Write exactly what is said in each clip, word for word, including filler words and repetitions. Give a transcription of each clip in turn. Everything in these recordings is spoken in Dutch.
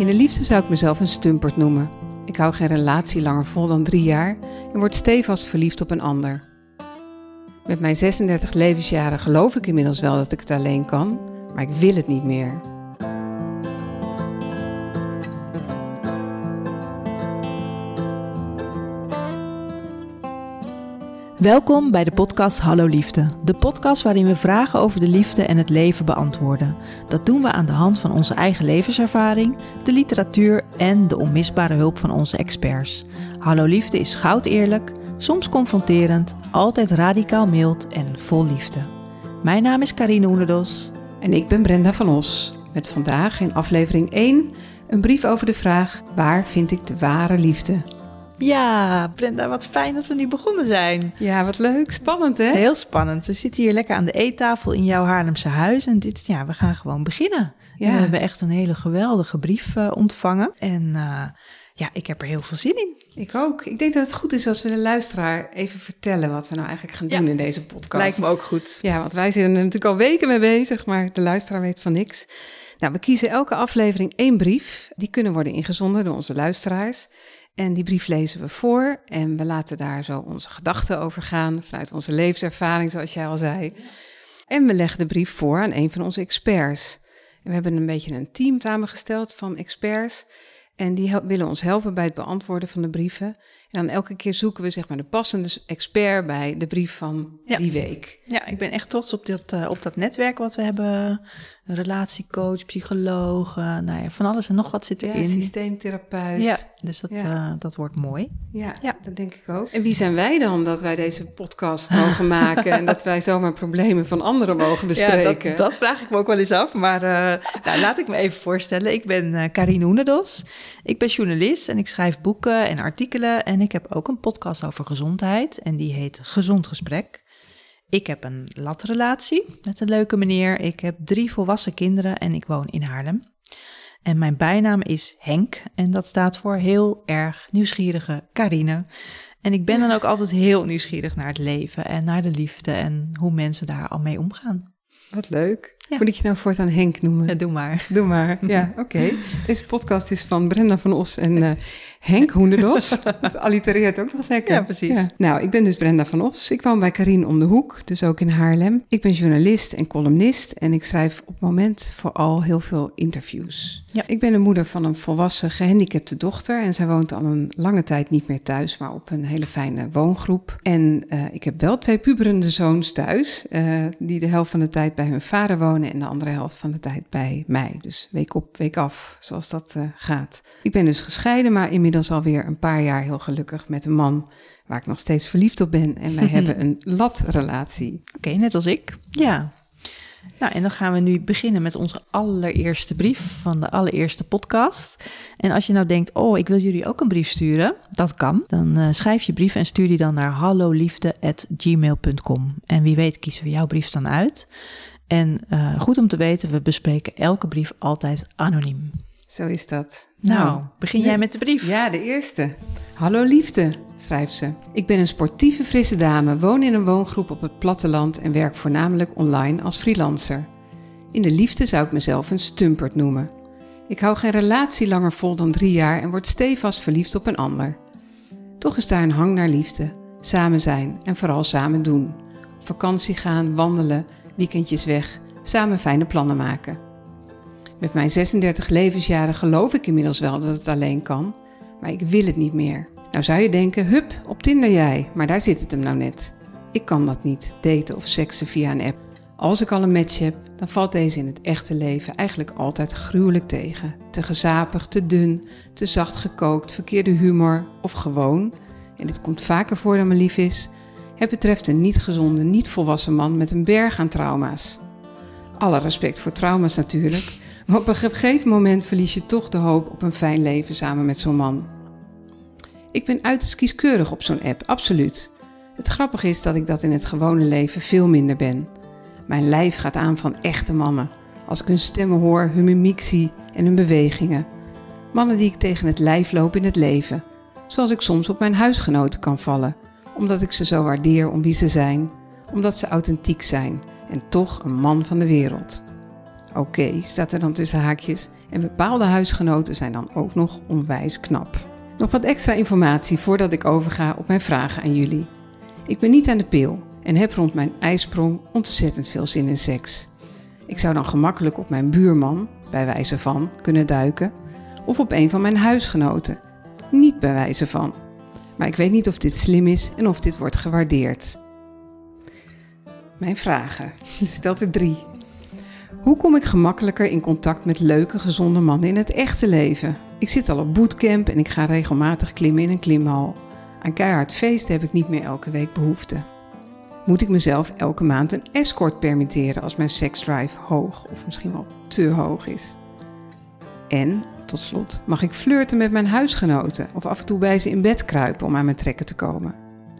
In de liefde zou ik mezelf een stumpert noemen. Ik hou geen relatie langer vol dan drie jaar en word stevast verliefd op een ander. Met mijn zesendertig levensjaren geloof ik inmiddels wel dat ik het alleen kan, maar ik wil het niet meer. Welkom bij de podcast Hallo Liefde. De podcast waarin we vragen over de liefde en het leven beantwoorden. Dat doen we aan de hand van onze eigen levenservaring, de literatuur en de onmisbare hulp van onze experts. Hallo Liefde is goud eerlijk, soms confronterend, altijd radicaal mild en vol liefde. Mijn naam is Karine Oenedos. En ik ben Brenda van Os. Met vandaag in aflevering één een brief over de vraag: waar vind ik de ware liefde? Ja, Brenda, wat fijn dat we nu begonnen zijn. Ja, wat leuk. Spannend, hè? Heel spannend. We zitten hier lekker aan de eettafel in jouw Haarlemse huis. En dit, ja, we gaan gewoon beginnen. Ja. We hebben echt een hele geweldige brief uh, ontvangen. En uh, ja, ik heb er heel veel zin in. Ik ook. Ik denk dat het goed is als we de luisteraar even vertellen wat we nou eigenlijk gaan doen ja, in deze podcast. Lijkt me ook goed. Ja, want wij zijn er natuurlijk al weken mee bezig, maar de luisteraar weet van niks. Nou, we kiezen elke aflevering één brief. Die kunnen worden ingezonden door onze luisteraars. En die brief lezen we voor en we laten daar zo onze gedachten over gaan, vanuit onze levenservaring, zoals jij al zei. En we leggen de brief voor aan een van onze experts. En we hebben een beetje een team samengesteld van experts en die hel- willen ons helpen bij het beantwoorden van de brieven. En dan elke keer zoeken we zeg maar de passende expert bij de brief van ja. die week. Ja, ik ben echt trots op, dit, uh, op dat netwerk wat we hebben. Een relatiecoach, psycholoog, uh, nou ja, van alles en nog wat zit erin. Ja, systeemtherapeut. Ja, dus dat, ja. Uh, dat wordt mooi. Ja, ja, dat denk ik ook. En wie zijn wij dan dat wij deze podcast mogen maken en dat wij zomaar problemen van anderen mogen bespreken? Ja, dat, dat vraag ik me ook wel eens af, maar uh, nou, laat ik me even voorstellen. Ik ben uh, Karine Oenedos. Ik ben journalist en ik schrijf boeken en artikelen en ik heb ook een podcast over gezondheid en die heet Gezond Gesprek. Ik heb een latrelatie met een leuke meneer. Ik heb drie volwassen kinderen en ik woon in Haarlem. En mijn bijnaam is Henk en dat staat voor heel erg nieuwsgierige Karine. En ik ben dan ook altijd heel nieuwsgierig naar het leven en naar de liefde en hoe mensen daar al mee omgaan. Wat leuk. Ja. Moet ik je nou voortaan Henk noemen? Ja, doe maar. Doe maar, ja, oké. Okay. Deze podcast is van Brenda van Os en uh, Henk Hoenderdos. Dat allitereert ook nog lekker. Ja, precies. Ja. Nou, ik ben dus Brenda van Os. Ik woon bij Karine om de hoek, dus ook in Haarlem. Ik ben journalist en columnist en ik schrijf op het moment vooral heel veel interviews. Ja. Ik ben de moeder van een volwassen gehandicapte dochter en zij woont al een lange tijd niet meer thuis, maar op een hele fijne woongroep. En uh, ik heb wel twee puberende zoons thuis, uh, die de helft van de tijd bij hun vader wonen en de andere helft van de tijd bij mij. Dus week op, week af, zoals dat uh, gaat. Ik ben dus gescheiden, maar inmiddels alweer een paar jaar heel gelukkig met een man waar ik nog steeds verliefd op ben. En wij hebben een latrelatie. Oké, okay, net als ik. Ja. Nou, en dan gaan we nu beginnen met onze allereerste brief van de allereerste podcast. En als je nou denkt, oh, ik wil jullie ook een brief sturen, dat kan. Dan uh, schrijf je brief en stuur die dan naar halloliefde at gmail dot com. En wie weet kiezen we jouw brief dan uit. En uh, goed om te weten, we bespreken elke brief altijd anoniem. Zo is dat. Nou, nou begin jij met de brief? Ja, de eerste. Hallo liefde, schrijft ze. Ik ben een sportieve, frisse dame, woon in een woongroep op het platteland en werk voornamelijk online als freelancer. In de liefde zou ik mezelf een stumpert noemen. Ik hou geen relatie langer vol dan drie jaar en word stevast verliefd op een ander. Toch is daar een hang naar liefde, samen zijn en vooral samen doen. Op vakantie gaan, wandelen, weekendjes weg, samen fijne plannen maken. Met mijn zesendertig levensjaren geloof ik inmiddels wel dat het alleen kan, maar ik wil het niet meer. Nou zou je denken, hup, op Tinder jij, maar daar zit het hem nou net. Ik kan dat niet, daten of seksen via een app. Als ik al een match heb, dan valt deze in het echte leven eigenlijk altijd gruwelijk tegen. Te gezapig, te dun, te zacht gekookt, verkeerde humor of gewoon, en dit komt vaker voor dan me lief is, het betreft een niet gezonde, niet volwassen man met een berg aan trauma's. Alle respect voor trauma's natuurlijk, maar op een gegeven moment verlies je toch de hoop op een fijn leven samen met zo'n man. Ik ben uiterst kieskeurig op zo'n app, absoluut. Het grappige is dat ik dat in het gewone leven veel minder ben. Mijn lijf gaat aan van echte mannen. Als ik hun stemmen hoor, hun mimiek zie en hun bewegingen. Mannen die ik tegen het lijf loop in het leven. Zoals ik soms op mijn huisgenoten kan vallen. Omdat ik ze zo waardeer om wie ze zijn. Omdat ze authentiek zijn. En toch een man van de wereld. Oké, okay, staat er dan tussen haakjes. En bepaalde huisgenoten zijn dan ook nog onwijs knap. Nog wat extra informatie voordat ik overga op mijn vragen aan jullie. Ik ben niet aan de pil en heb rond mijn ijsprong ontzettend veel zin in seks. Ik zou dan gemakkelijk op mijn buurman, bij wijze van, kunnen duiken. Of op een van mijn huisgenoten, niet bij wijze van. Maar ik weet niet of dit slim is en of dit wordt gewaardeerd. Mijn vragen. Stelt er drie. Hoe kom ik gemakkelijker in contact met leuke, gezonde mannen in het echte leven? Ik zit al op bootcamp en ik ga regelmatig klimmen in een klimhal. Aan keihard feest heb ik niet meer elke week behoefte. Moet ik mezelf elke maand een escort permitteren als mijn seksdrive hoog of misschien wel te hoog is? En, tot slot, mag ik flirten met mijn huisgenoten of af en toe bij ze in bed kruipen om aan mijn trekken te komen?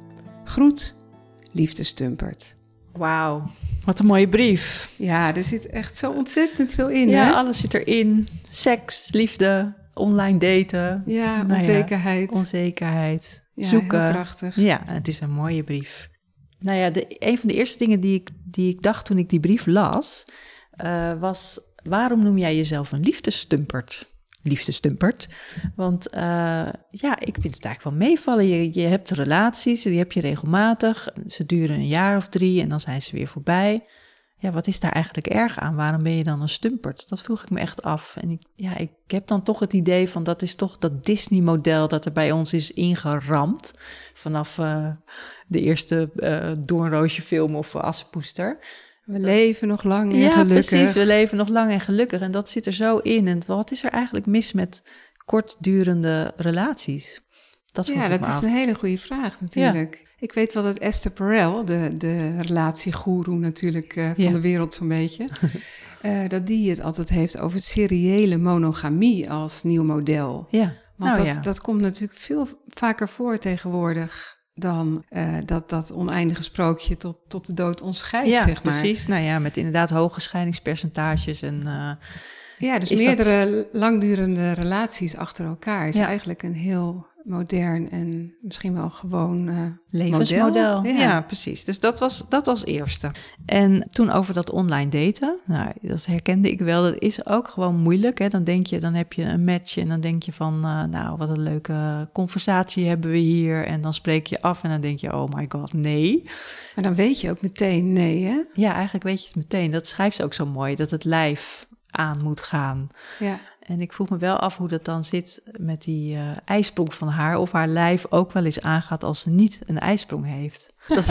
Groet, Liefde Stumpert. Wauw, wat een mooie brief. Ja, er zit echt zo ontzettend veel in, ja, hè? Ja, alles zit erin. Seks, liefde, online daten. Ja, nou onzekerheid. Ja, onzekerheid, ja, zoeken. Heel krachtig. Ja, het is een mooie brief. Nou ja, de, een van de eerste dingen die ik, die ik dacht toen ik die brief las, uh, was: waarom noem jij jezelf een liefdestumpert? Liefdestumpert. Want uh, ja, ik vind het eigenlijk wel meevallen. Je, je hebt relaties, die heb je regelmatig. Ze duren een jaar of drie en dan zijn ze weer voorbij. Ja, wat is daar eigenlijk erg aan? Waarom ben je dan een stumpert? Dat vroeg ik me echt af. En ik, ja, ik heb dan toch het idee van dat is toch dat Disney-model dat er bij ons is ingeramd. Vanaf uh, de eerste uh, Doornroosje film of uh, Assepoester. We leven nog lang en ja, gelukkig. Ja, precies. We leven nog lang en gelukkig. En dat zit er zo in. En wat is er eigenlijk mis met kortdurende relaties? Dat ja, dat is af. Een hele goede vraag natuurlijk. Ja. Ik weet wel dat Esther Perel, de, de relatiegoeroe natuurlijk uh, van ja. de wereld zo'n beetje, uh, dat die het altijd heeft over seriële monogamie als nieuw model. Ja. Want nou, dat, ja. dat komt natuurlijk veel vaker voor tegenwoordig dan uh, dat, dat oneindige sprookje tot, tot de dood ons scheidt, ja, zeg maar. Precies. Nou ja, met inderdaad hoge scheidingspercentages en... Uh, ja, dus meerdere dat... langdurende relaties achter elkaar is ja. eigenlijk een heel modern en misschien wel gewoon uh, levensmodel. Model. Ja. ja, precies. Dus dat was dat als eerste. En toen over dat online daten, nou, dat herkende ik wel. Dat is ook gewoon moeilijk. Hè? Dan denk je, dan heb je een match en dan denk je van, uh, nou, wat een leuke conversatie hebben we hier. En dan spreek je af en dan denk je, oh my god, nee. Maar dan weet je ook meteen nee, hè? Ja, eigenlijk weet je het meteen. Dat schrijft ze ook zo mooi, dat het lijf aan moet gaan. Ja. En ik vroeg me wel af hoe dat dan zit met die uh, ijsprong van haar. Of haar lijf ook wel eens aangaat als ze niet een ijsprong heeft. Dat,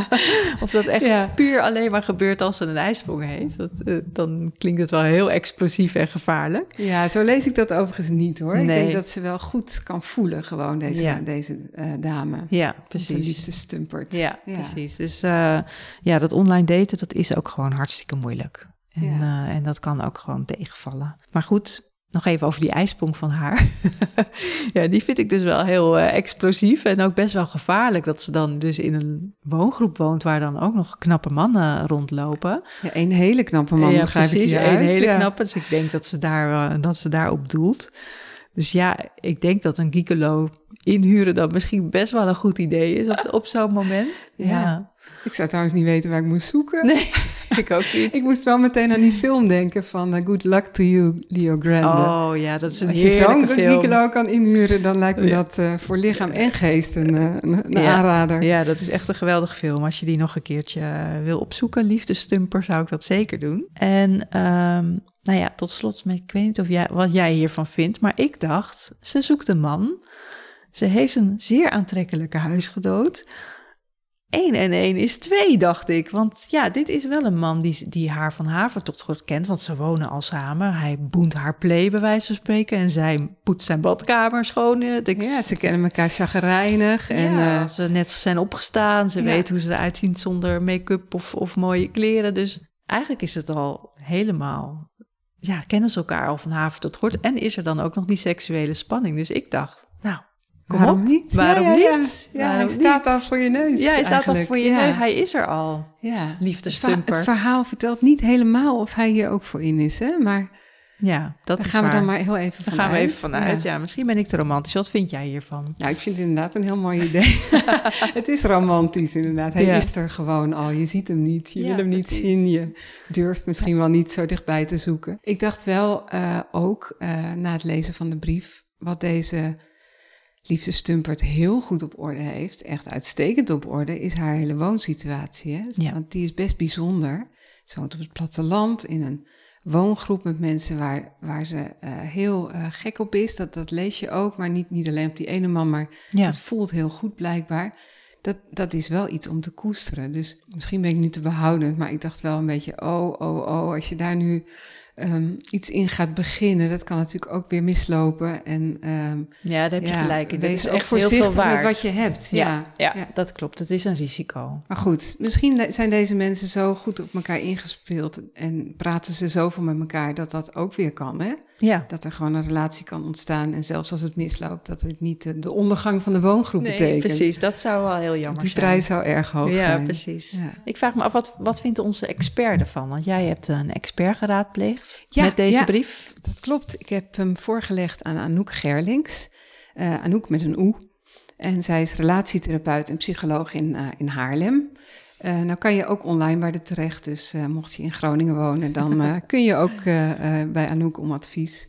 of dat echt ja. puur alleen maar gebeurt als ze een ijsprong heeft. Dat, uh, dan klinkt het wel heel explosief en gevaarlijk. Ja, zo lees ik dat overigens niet hoor. Nee. Ik denk dat ze wel goed kan voelen gewoon, deze, ja. deze uh, dame. Ja, precies. Liefdestumpert. Ja, ja, precies. Dus uh, ja, dat online daten, dat is ook gewoon hartstikke moeilijk. En, ja. uh, en dat kan ook gewoon tegenvallen. Maar goed... Nog even over die ijsprong van haar. Ja, die vind ik dus wel heel uh, explosief en ook best wel gevaarlijk. Dat ze dan dus in een woongroep woont waar dan ook nog knappe mannen rondlopen. Ja, een hele knappe man, ja, begrijp precies, ik een hele ja. knappe. Dus ik denk dat ze, daar, uh, dat ze daarop doelt. Dus ja, ik denk dat een gigolo inhuren dan misschien best wel een goed idee is op, op zo'n moment. Ja. ja. Ik zou trouwens niet weten waar ik moest zoeken. Nee, ik ook niet. Ik moest wel meteen aan die film denken van uh, Good Luck to You, Leo Grande. Oh ja, dat is een Als heerlijke film. Als je zo'n gigolo kan inhuren, dan lijkt me ja. dat uh, voor lichaam en geest een, een, een ja. aanrader. Ja, dat is echt een geweldige film. Als je die nog een keertje uh, wil opzoeken, Liefdestumper, zou ik dat zeker doen. En um, nou ja, tot slot, ik weet niet of jij, wat jij hiervan vindt, maar ik dacht, ze zoekt een man. Ze heeft een zeer aantrekkelijke huisgenoot. Eén en één is twee, dacht ik. Want ja, dit is wel een man die, die haar van haver tot goed kent. Want ze wonen al samen. Hij boent haar play, bij wijze van spreken. En zij poetst zijn badkamer schoon. Ik... Ja, ze kennen elkaar chagrijnig. En, ja, uh... ze net zijn opgestaan. Ze ja. weten hoe ze eruit zien zonder make-up of, of mooie kleren. Dus eigenlijk is het al helemaal... Ja, kennen ze elkaar al van haver tot gort. En is er dan ook nog die seksuele spanning. Dus ik dacht, nou... Kom Waarom op. niet? Waarom ja, ja, niet? Ja, ja Waarom hij staat niet? al voor je neus. Ja, hij staat al voor je ja. neus. Hij is er al. Ja. Liefdestumpert. Het, verha- het verhaal vertelt niet helemaal of hij hier ook voor in is, hè? Maar Ja, dat Daar is gaan waar. we dan maar heel even Daar vanuit. gaan we even vanuit. Ja. Ja. ja, misschien ben ik te romantisch. Wat vind jij hiervan? Nou, ik vind het inderdaad een heel mooi idee. Het is romantisch inderdaad. Hij Ja. is er gewoon al. Je ziet hem niet. Je Ja, wil hem niet precies. zien. Je durft misschien wel niet zo dichtbij te zoeken. Ik dacht wel uh, ook uh, na het lezen van de brief, wat deze liefdestumpert heel goed op orde heeft, echt uitstekend op orde, is haar hele woonsituatie. Hè? Ja. Want die is best bijzonder. Ze woont op het platteland in een woongroep met mensen waar, waar ze uh, heel uh, gek op is. Dat, dat lees je ook, maar niet, niet alleen op die ene man, maar Ja. het voelt heel goed blijkbaar. Dat, dat is wel iets om te koesteren. Dus misschien ben ik nu te behoudend, maar ik dacht wel een beetje, oh, oh, oh, als je daar nu um, iets in gaat beginnen, dat kan natuurlijk ook weer mislopen. En, um, ja, daar heb je ja, gelijk in. Dat wees is ook echt heel voorzichtig veel waard. met wat je hebt. Ja, Ja, ja, ja. dat klopt. Het is een risico. Maar goed, misschien zijn deze mensen zo goed op elkaar ingespeeld en praten ze zoveel met elkaar dat dat ook weer kan, hè? Ja. Dat er gewoon een relatie kan ontstaan en zelfs als het misloopt, dat het niet de, de ondergang van de woongroep Nee, betekent. precies. Dat zou wel heel jammer Die zijn. prijs zou erg hoog ja, zijn. Precies. Ja. Ik vraag me af, wat, wat vindt onze expert ervan? Want jij hebt een expert geraadpleegd Ja, met deze ja. brief. Dat klopt. Ik heb hem voorgelegd aan Anouk Gerlings. Uh, Anouk met een oe. En zij is relatietherapeut en psycholoog in, uh, in Haarlem. Uh, nou kan je ook online bij de terecht. Dus uh, mocht je in Groningen wonen, dan uh, kun je ook uh, uh, bij Anouk om advies.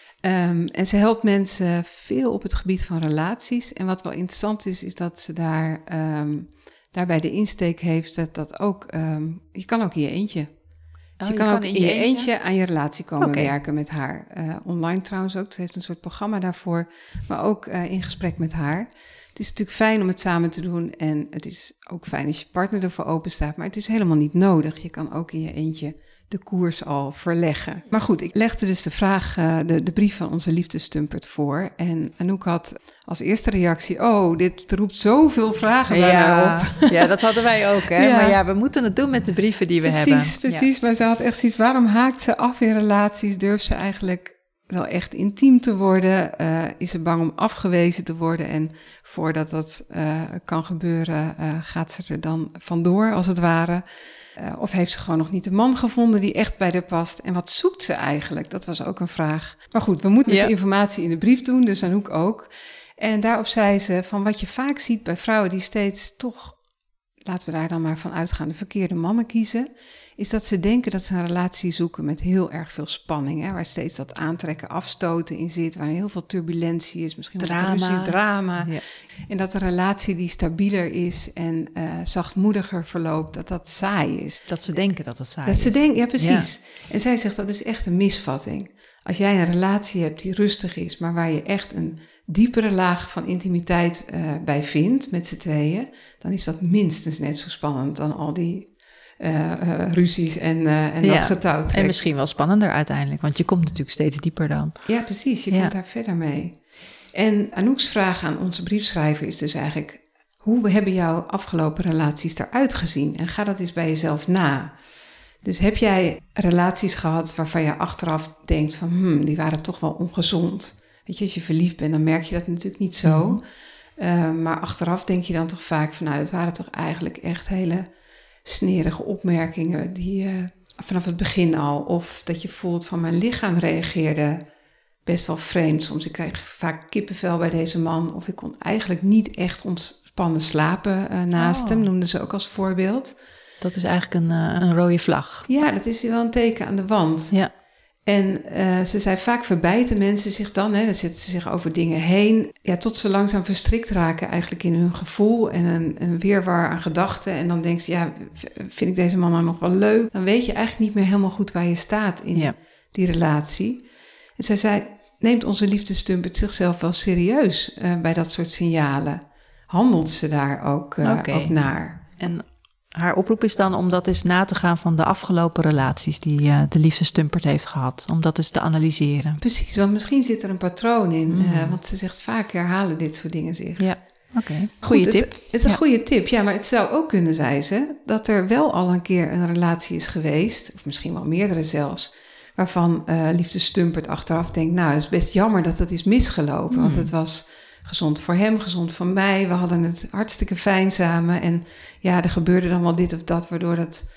Um, en ze helpt mensen veel op het gebied van relaties. En wat wel interessant is, is dat ze daar, um, daarbij de insteek heeft dat dat ook... Um, je kan ook in je eentje... Dus Oh, je kan je ook kan in je eentje? eentje aan je relatie komen okay. werken met haar. Uh, online trouwens ook. Ze heeft een soort programma daarvoor. Maar ook uh, in gesprek met haar. Het is natuurlijk fijn om het samen te doen. En het is ook fijn als je partner ervoor open staat. Maar het is helemaal niet nodig. Je kan ook in je eentje de koers al verleggen. Maar goed, ik legde dus de vraag, uh, de, de brief van onze liefdestumpert voor. En Anouk had als eerste reactie, oh, dit roept zoveel vragen bij ja, mij op. Ja, dat hadden wij ook, hè. Ja. Maar ja, we moeten het doen met de brieven die we precies, hebben. Precies, precies. Ja. Maar ze had echt zoiets, waarom haakt ze af in relaties? Durft ze eigenlijk wel echt intiem te worden? Uh, is ze bang om afgewezen te worden? En voordat dat uh, kan gebeuren, uh, gaat ze er dan vandoor, als het ware. Uh, of heeft ze gewoon nog niet de man gevonden die echt bij haar past? En wat zoekt ze eigenlijk? Dat was ook een vraag. Maar goed, we moeten ja. de informatie in de brief doen, dus Anouk ook. En daarop zei ze van wat je vaak ziet bij vrouwen die steeds toch, laten we daar dan maar van uitgaan, de verkeerde mannen kiezen, is dat ze denken dat ze een relatie zoeken met heel erg veel spanning. Hè, waar steeds dat aantrekken, afstoten in zit, waar heel veel turbulentie is, misschien wel ruzie, drama. Ja. En dat een relatie die stabieler is en uh, zachtmoediger verloopt, dat dat saai is. Dat ze denken dat het saai dat is. Ze denken, ja, precies. Ja. En zij zegt dat is echt een misvatting. Als jij een relatie hebt die rustig is, maar waar je echt een diepere laag van intimiteit uh, bij vindt met z'n tweeën, dan is dat minstens net zo spannend dan al die uh, uh, ruzies en, uh, en ja, dat getouwtrek. En misschien wel spannender uiteindelijk, want je komt natuurlijk steeds dieper dan. Ja, precies. Je ja. komt daar verder mee. En Anouk's vraag aan onze briefschrijver is dus eigenlijk, hoe hebben jouw afgelopen relaties eruit gezien? En ga dat eens bij jezelf na. Dus heb jij relaties gehad waarvan je achteraf denkt van, hmm, die waren toch wel ongezond? Weet je, als je verliefd bent, dan merk je dat natuurlijk niet zo. Mm-hmm. Uh, maar achteraf denk je dan toch vaak van, nou, dat waren toch eigenlijk echt hele snerige opmerkingen die uh, vanaf het begin al. Of dat je voelt van, mijn lichaam reageerde best wel vreemd. Soms ik kreeg vaak kippenvel bij deze man. Of ik kon eigenlijk niet echt ontspannen slapen uh, naast oh. hem, noemden ze ook als voorbeeld. Dat is eigenlijk een, uh, een rode vlag. Ja, dat is wel een teken aan de wand. Ja. En uh, ze zei, vaak verbijten mensen zich dan, hè, dan zetten ze zich over dingen heen, ja, tot ze langzaam verstrikt raken eigenlijk in hun gevoel en een, een weerwar aan gedachten. En dan denk ze, ja, vind ik deze man nou nog wel leuk? Dan weet je eigenlijk niet meer helemaal goed waar je staat in ja. die relatie. En zij zei, neemt onze liefdestumpert zichzelf wel serieus uh, bij dat soort signalen? Handelt ze daar ook, uh, okay. ook naar? En haar oproep is dan om dat eens na te gaan van de afgelopen relaties die uh, de liefdestumpert heeft gehad. Om dat eens te analyseren. Precies, want misschien zit er een patroon in. Mm. Uh, want ze zegt vaak herhalen dit soort dingen zich. Ja, oké. Okay. Goeie Goed, tip. Het, het is een ja. goede tip, ja. Maar het zou ook kunnen, zei ze, dat er wel al een keer een relatie is geweest. Of misschien wel meerdere zelfs. Waarvan uh, liefdestumpert achteraf denkt, nou, het is best jammer dat dat is misgelopen. Mm. Want het was gezond voor hem, gezond voor mij. We hadden het hartstikke fijn samen. En ja, er gebeurde dan wel dit of dat, waardoor het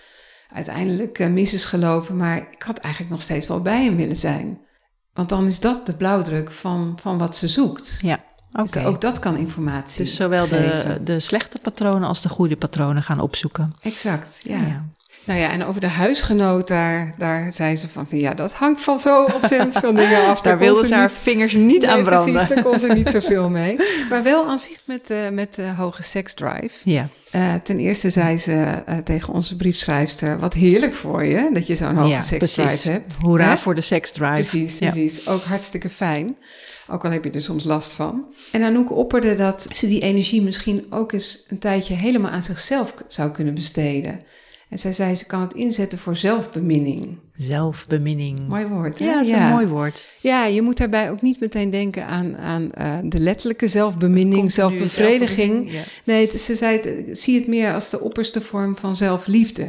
uiteindelijk uh, mis is gelopen. Maar ik had eigenlijk nog steeds wel bij hem willen zijn. Want dan is dat de blauwdruk van, van wat ze zoekt. Ja, oké. Okay. Dus ook dat kan informatie Dus zowel de, de slechte patronen als de goede patronen gaan opzoeken. Exact, ja. ja. Nou ja, en over de huisgenoot, daar, daar zei ze van... ja, dat hangt van zo ontzettend veel dingen af. Daar wilde ze haar niet, vingers niet nee, aan branden. Precies, daar kon ze niet zoveel mee. Maar wel aan zich met, uh, met de hoge seksdrive. Ja. Uh, ten eerste zei ze uh, tegen onze briefschrijfster... wat heerlijk voor je, dat je zo'n hoge ja, seksdrive precies. hebt. Hoera Hè? Voor de seksdrive. Precies, precies. Ja. Ook hartstikke fijn. Ook al heb je er soms last van. En Anouk opperde dat ze die energie misschien ook eens een tijdje... helemaal aan zichzelf zou kunnen besteden... En zij zei, ze kan het inzetten voor zelfbeminning. Zelfbeminning. Mooi woord, hè? Ja, dat is ja. een mooi woord. Ja, je moet daarbij ook niet meteen denken aan, aan uh, de letterlijke zelfbeminning, Continue zelfbevrediging. Ja. Nee, het, ze zei, het, zie het meer als de opperste vorm van zelfliefde.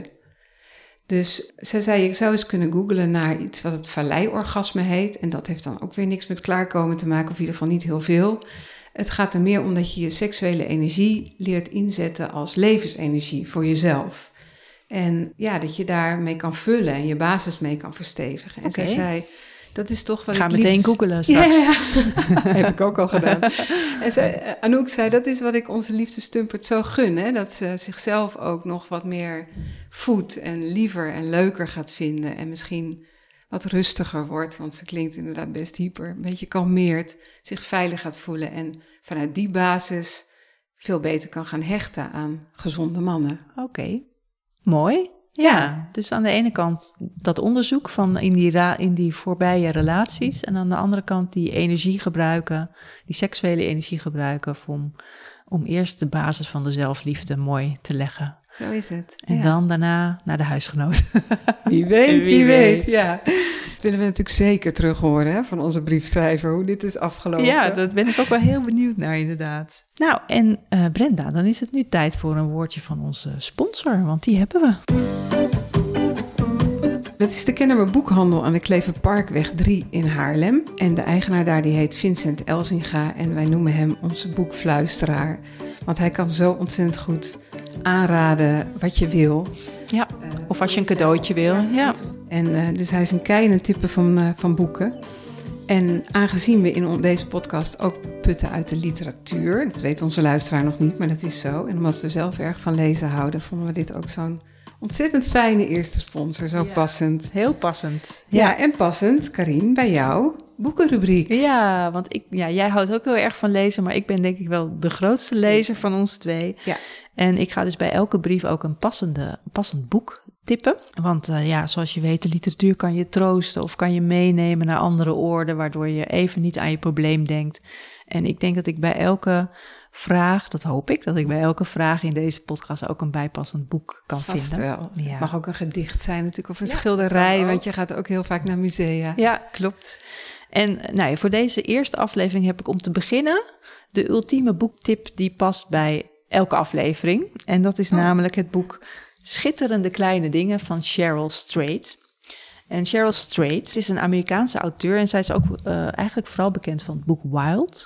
Dus zij zei, ik zou eens kunnen googlen naar iets wat het valleiorgasme heet. En dat heeft dan ook weer niks met klaarkomen te maken, of in ieder geval niet heel veel. Het gaat er meer om dat je je seksuele energie leert inzetten als levensenergie voor jezelf. En ja, dat je daarmee kan vullen en je basis mee kan verstevigen. En okay. zij zei, dat is toch wat Ga ik meteen liefst... googelen straks. Ja, ja. Heb ik ook al gedaan. En zij, Anouk zei, dat is wat ik onze liefdestumpert zo gun. Hè? Dat ze zichzelf ook nog wat meer voedt en liever en leuker gaat vinden. En misschien wat rustiger wordt, want ze klinkt inderdaad best hyper. Een beetje kalmeert, zich veilig gaat voelen. En vanuit die basis veel beter kan gaan hechten aan gezonde mannen. Oké. Okay. Mooi. Ja. ja, dus aan de ene kant dat onderzoek van in die, ra- in die voorbije relaties. En aan de andere kant die energie gebruiken, die seksuele energie gebruiken om, om eerst de basis van de zelfliefde mooi te leggen. Zo is het. En ja. dan daarna naar de huisgenoot. Wie weet, wie, wie weet. weet. Ja. Dat willen we natuurlijk zeker terug horen hè, van onze briefschrijver, hoe dit is afgelopen. Ja, dat ben ik ook wel heel benieuwd naar inderdaad. Nou, en uh, Brenda, dan is het nu tijd voor een woordje van onze sponsor, want die hebben we. Dat is de Kennemer Boekhandel aan de Kleverparkweg drie in Haarlem. En de eigenaar daar die heet Vincent Elzinga en wij noemen hem onze boekfluisteraar. Want hij kan zo ontzettend goed aanraden wat je wil. Ja, of als je een cadeautje wil. Ja. En uh, dus hij is een kei in het typen van, uh, van boeken. En aangezien we in on- deze podcast ook putten uit de literatuur, dat weet onze luisteraar nog niet, maar dat is zo. En omdat we zelf erg van lezen houden, vonden we dit ook zo'n ontzettend fijne eerste sponsor, zo ja, passend. Heel passend. Ja, ja, en passend, Karin, bij jou, boekenrubriek. Ja, want ik, ja, jij houdt ook heel erg van lezen, maar ik ben denk ik wel de grootste lezer van ons twee. Ja. En ik ga dus bij elke brief ook een passende, passend boek tippen. Want uh, ja, zoals je weet, de literatuur kan je troosten of kan je meenemen naar andere oorden, waardoor je even niet aan je probleem denkt. En ik denk dat ik bij elke vraag, dat hoop ik, dat ik bij elke vraag in deze podcast ook een bijpassend boek kan Vast vinden. wel. Ja. Het mag ook een gedicht zijn natuurlijk, of een ja, schilderij, want je gaat ook heel vaak naar musea. Ja, klopt. En nou ja, voor deze eerste aflevering heb ik om te beginnen de ultieme boektip die past bij elke aflevering. En dat is oh. namelijk het boek Schitterende Kleine Dingen van Cheryl Strayed. En Cheryl Strayed is een Amerikaanse auteur en zij is ook uh, eigenlijk vooral bekend van het boek Wild.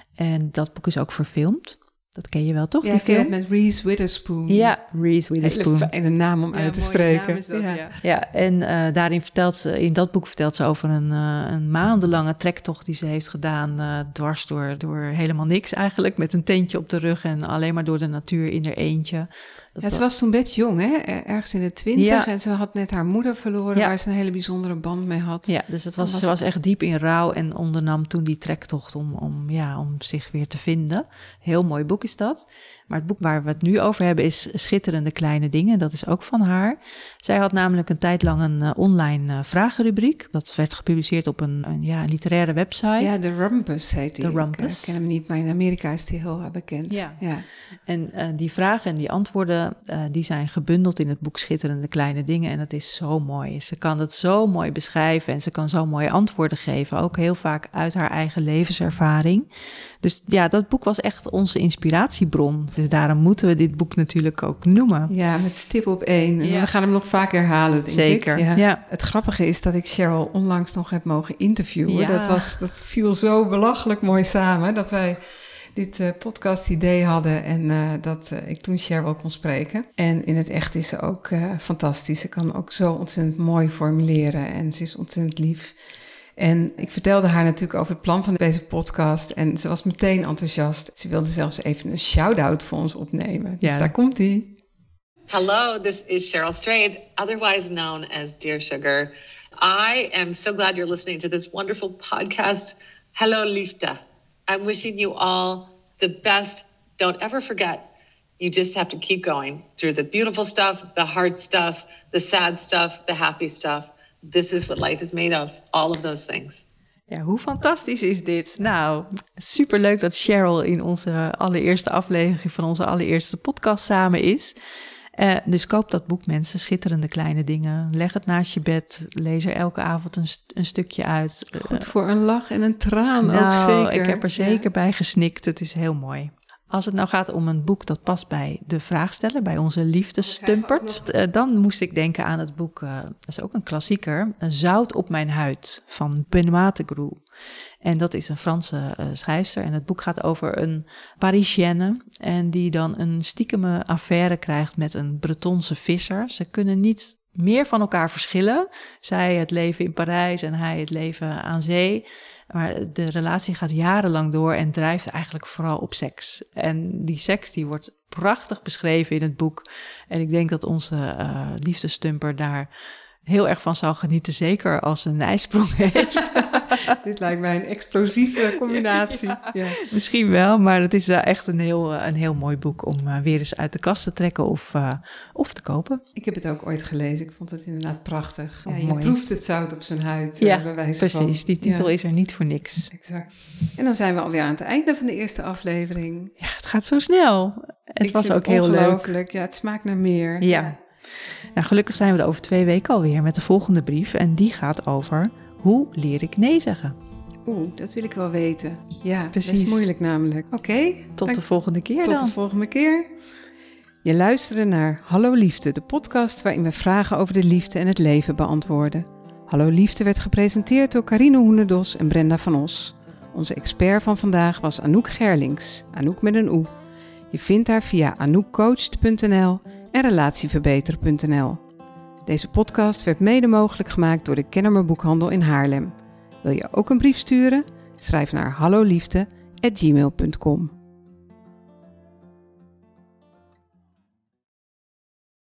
En dat boek is ook verfilmd. Dat ken je wel, toch? Ja, die film met Reese Witherspoon. Ja, Reese Witherspoon. Hele fijne naam om ja, uit te spreken. Is dat, ja. Ja. ja, en uh, daarin vertelt ze, in dat boek vertelt ze over een, uh, een maandenlange trektocht die ze heeft gedaan, uh, dwars door, door helemaal niks eigenlijk, met een tentje op de rug en alleen maar door de natuur in haar eentje. Dat ja, ze was toen best jong, hè? Ergens in de twintig. Ja. En ze had net haar moeder verloren, ja. waar ze een hele bijzondere band mee had. Ja, dus het was, was ze was echt diep in rouw en ondernam toen die trektocht om, om, ja, om zich weer te vinden. Heel mooi boek is dat. Maar het boek waar we het nu over hebben is Schitterende Kleine Dingen. Dat is ook van haar. Zij had namelijk een tijd lang een uh, online uh, vragenrubriek. Dat werd gepubliceerd op een, een ja, literaire website. Ja, de Rumpus heet die. De Rumpus. Ik uh, ken hem niet, maar in Amerika is die heel uh, bekend. Ja. ja. En uh, die vragen en die antwoorden, uh, die zijn gebundeld in het boek Schitterende Kleine Dingen. En dat is zo mooi. Ze kan het zo mooi beschrijven en ze kan zo mooie antwoorden geven. Ook heel vaak uit haar eigen levenservaring. Dus ja, dat boek was echt onze inspiratiebron. Dus daarom moeten we dit boek natuurlijk ook noemen. Ja, met stip op één. En ja. we gaan hem nog vaak herhalen, denk Zeker, ik. Ja. Ja. Het grappige is dat ik Cheryl onlangs nog heb mogen interviewen. Ja. Dat, was, dat viel zo belachelijk mooi samen, dat wij dit uh, podcast idee hadden en uh, dat uh, ik toen Cheryl kon spreken. En in het echt is ze ook uh, fantastisch. Ze kan ook zo ontzettend mooi formuleren en ze is ontzettend lief. En ik vertelde haar natuurlijk over het plan van deze podcast en ze was meteen enthousiast. Ze wilde zelfs even een shout-out voor ons opnemen. Dus ja. Daar komt-ie. Hello, this is Cheryl Strayed, otherwise known as Dear Sugar. I am so glad you're listening to this wonderful podcast. Hello, Liefde. I'm wishing you all the best. Don't ever forget, you just have to keep going through the beautiful stuff, the hard stuff, the sad stuff, the happy stuff. This is what life is made of, all of those things. Ja, hoe fantastisch is dit? Nou, superleuk dat Cheryl in onze allereerste aflevering van onze allereerste podcast samen is. Uh, dus koop dat boek, mensen. Schitterende kleine dingen. Leg het naast je bed. Lees er elke avond een, st- een stukje uit. Goed voor een lach en een traan nou, ook zeker. Ik heb er zeker ja. bij gesnikt. Het is heel mooi. Als het nou gaat om een boek dat past bij de vraagsteller, bij onze liefdesstumpert, uh, dan moest ik denken aan het boek, uh, dat is ook een klassieker, Zout op mijn huid van Benoît de Groux. En dat is een Franse uh, schrijfster en het boek gaat over een Parisienne en die dan een stiekeme affaire krijgt met een Bretonse visser. Ze kunnen niet meer van elkaar verschillen. Zij het leven in Parijs en hij het leven aan zee. Maar de relatie gaat jarenlang door en drijft eigenlijk vooral op seks. En die seks die wordt prachtig beschreven in het boek. En ik denk dat onze uh, liefdestumper daar heel erg van zal genieten. Zeker als ze een ijsprong heeft. Dit lijkt mij een explosieve combinatie. Ja, ja. Misschien wel, maar het is wel echt een heel, een heel mooi boek om uh, weer eens uit de kast te trekken of, uh, of te kopen. Ik heb het ook ooit gelezen. Ik vond het inderdaad prachtig. Oh, ja, je mooi. proeft het zout op zijn huid. Ja, uh, bij wijze precies. Van. Die titel ja. is er niet voor niks. Exact. En dan zijn we alweer aan het einde van de eerste aflevering. Ja, het gaat zo snel. Het Ik was vind ook het heel ongelooflijk. leuk. Ja, het smaakt naar meer. Ja. ja. Nou, gelukkig zijn we er over twee weken alweer met de volgende brief. En die gaat over hoe leer ik nee zeggen. Oeh, dat wil ik wel weten. Ja, precies. Dat is moeilijk namelijk. Oké. Okay, tot dank... de volgende keer tot dan. Tot de volgende keer. Je luisterde naar Hallo Liefde, de podcast waarin we vragen over de liefde en het leven beantwoorden. Hallo Liefde werd gepresenteerd door Carine Hoenedos en Brenda van Os. Onze expert van vandaag was Anouk Gerlings, Anouk met een oe. Je vindt haar via anoukcoached punt n l en relatieverbeter punt n l. Deze podcast werd mede mogelijk gemaakt door de Kennemer Boekhandel in Haarlem. Wil je ook een brief sturen? Schrijf naar halloliefde at gmail punt com.